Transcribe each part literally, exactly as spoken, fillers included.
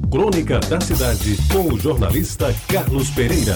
Crônica da Cidade, com o jornalista Carlos Pereira.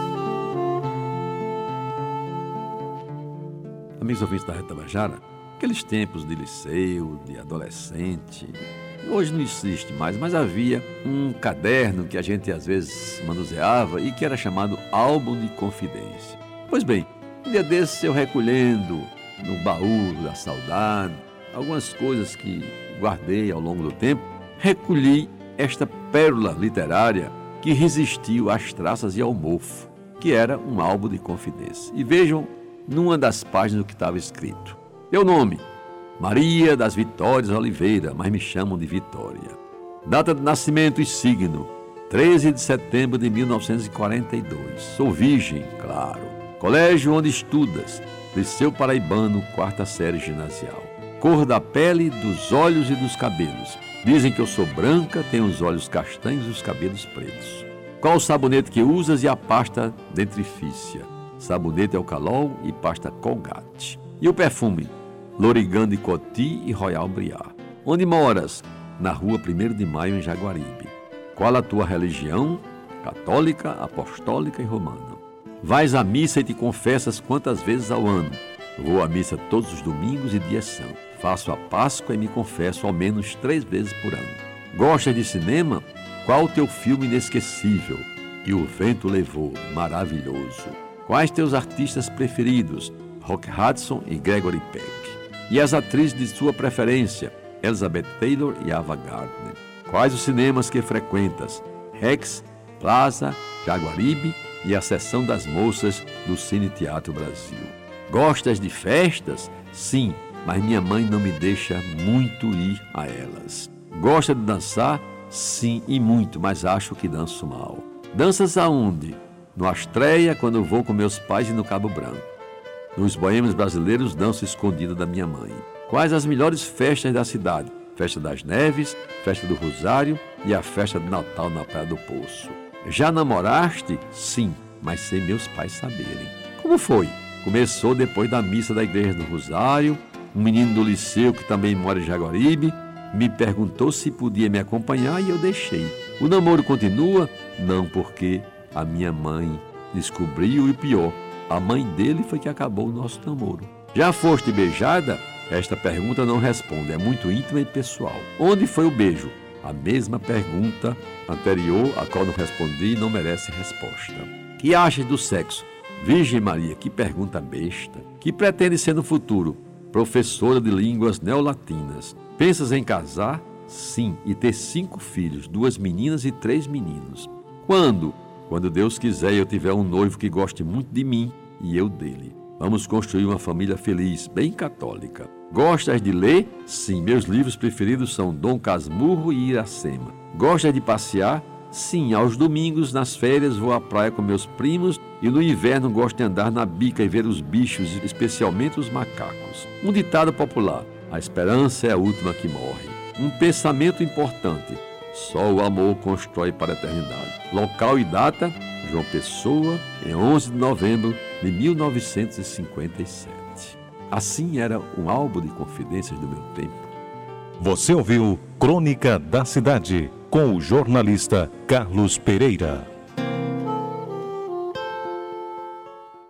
Amigos ouvintes da Rádio Tabajara, aqueles tempos de liceu, de adolescente, hoje não existe mais, mas havia um caderno que a gente às vezes manuseava e que era chamado álbum de confidência. Pois bem, um dia desses eu recolhendo no baú da saudade algumas coisas que guardei ao longo do tempo, recolhi esta pérola literária que resistiu às traças e ao mofo, que era um álbum de confidência. E vejam numa das páginas o que estava escrito. Meu nome, Maria das Vitórias Oliveira, mas me chamam de Vitória. Data de nascimento e signo, treze de setembro de mil novecentos e quarenta e dois. Sou virgem, claro. Colégio onde estudas, Liceu Paraibano, quarta série ginasial. Cor da pele, dos olhos e dos cabelos. Dizem que eu sou branca, tenho os olhos castanhos e os cabelos pretos. Qual o sabonete que usas e a pasta dentifrícia? Sabonete Alcalol e pasta Colgate. E o perfume? Lorigan de Coty e Royal Briar. Onde moras? Na rua primeiro de maio, em Jaguaribe. Qual a tua religião? Católica, apostólica e romana. Vais à missa e te confessas quantas vezes ao ano? Vou à missa todos os domingos e dias santos. Faço a Páscoa e me confesso ao menos três vezes por ano. Gostas de cinema? Qual o teu filme inesquecível? E o vento levou, maravilhoso. Quais teus artistas preferidos? Rock Hudson e Gregory Peck. E as atrizes de sua preferência? Elizabeth Taylor e Ava Gardner. Quais os cinemas que frequentas? Rex, Plaza, Jaguaribe e a Seção das Moças do Cine Teatro Brasil. Gostas de festas? Sim, mas minha mãe não me deixa muito ir a elas. Gosta de dançar? Sim, e muito, mas acho que danço mal. Danças aonde? No Astreia, quando vou com meus pais, e no Cabo Branco. Nos boêmios brasileiros, danço escondido da minha mãe. Quais as melhores festas da cidade? Festa das Neves, Festa do Rosário e a Festa de Natal na Praia do Poço. Já namoraste? Sim, mas sem meus pais saberem. Como foi? Começou depois da missa da Igreja do Rosário. Um menino do liceu que também mora em Jaguaribe me perguntou se podia me acompanhar e eu deixei. O namoro continua? Não, porque a minha mãe descobriu e o pior, a mãe dele foi que acabou o nosso namoro. Já foste beijada? Esta pergunta não responde, é muito íntima e pessoal. Onde foi o beijo? A mesma pergunta anterior, a qual não respondi e não merece resposta. Que achas do sexo? Virgem Maria, que pergunta besta. Que pretende ser no futuro? Professora de línguas neolatinas. Pensas em casar? Sim, e ter cinco filhos, duas meninas e três meninos. Quando? Quando Deus quiser e eu tiver um noivo que goste muito de mim e eu dele. Vamos construir uma família feliz, bem católica. Gostas de ler? Sim, meus livros preferidos são Dom Casmurro e Iracema. Gostas de passear? Sim, aos domingos, nas férias, vou à praia com meus primos e no inverno gosto de andar na bica e ver os bichos, especialmente os macacos. Um ditado popular: a esperança é a última que morre. Um pensamento importante: só o amor constrói para a eternidade. Local e data: João Pessoa, em onze de novembro de mil novecentos e cinquenta e sete. Assim era um álbum de confidências do meu tempo. Você ouviu Crônica da Cidade, com o jornalista Carlos Pereira.